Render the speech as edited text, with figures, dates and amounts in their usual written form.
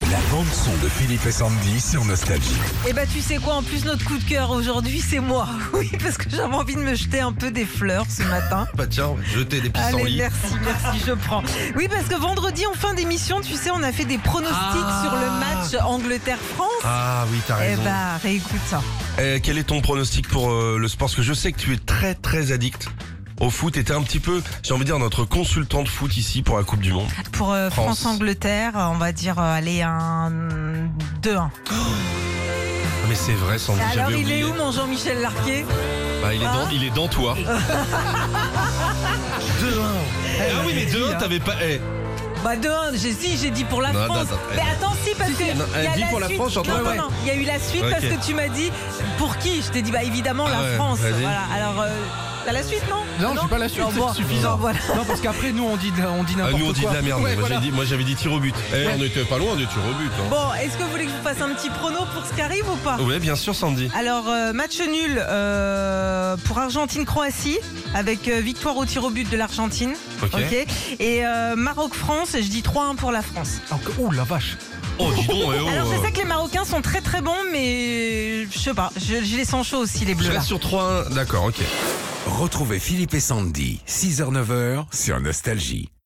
La bande-son de Philippe et Sandy sur Nostalgie. Eh ben tu sais quoi, en plus notre coup de cœur aujourd'hui c'est moi. Oui, parce que j'avais envie de me jeter un peu des fleurs ce matin. Bah tiens, jeter des pissenlits. Allez, merci, je prends. Oui, parce que vendredi en fin d'émission, tu sais, on a fait des pronostics sur le match Angleterre-France. Ah oui, t'as Eh raison. ben, réécoute ça. Quel est ton pronostic pour le sport? Parce que je sais que tu es très très addict au foot. Et t'es un petit peu, j'ai envie de dire, notre consultant de foot ici pour la Coupe du Monde. Pour France-Angleterre, on va dire, allez, un 2-1. Mais c'est vrai, Sandy, Alors, j'avais il oublié. est où mon Jean-Michel Larquet? Bah, il est dans toi. 2-1. Ah oui, mais 2-1, t'avais pas... Bah 2-1, j'ai dit pour la Non, France. attends, Mais attends, si, parce que non, il y a dis la pour la suite. France, j'entends, non, ouais. non, il y a eu la suite Ok. parce que tu m'as dit pour qui? Je t'ai dit bah évidemment la ouais, France. vas-y. Voilà. Alors t'as la suite, non? Non, j'ai pas la suite, Non, c'est bon, suffisant. non, voilà. Non, parce qu'après, nous, on dit n'importe quoi. Nous on dit de la merde. Ouais, voilà. Moi j'avais dit tir au but. On était pas loin de tir au but. Hein. Bon, est-ce que vous voulez que je vous fasse un petit prono pour ce qui arrive ou pas? Ouais, bien sûr, Sandy. Alors match nul pour Argentine-Croatie avec victoire au tir au but de l'Argentine. Ok. Et Maroc-France, je dis 3-1 pour la France. Oh la vache. Oh, dis donc, Alors je sais que les Marocains sont très très bons, mais je sais pas, je les sens chauds aussi les Je bleus là. reste sur 3-1. D'accord, ok. Retrouvez Philippe et Sandy, 6h-9h sur Nostalgie.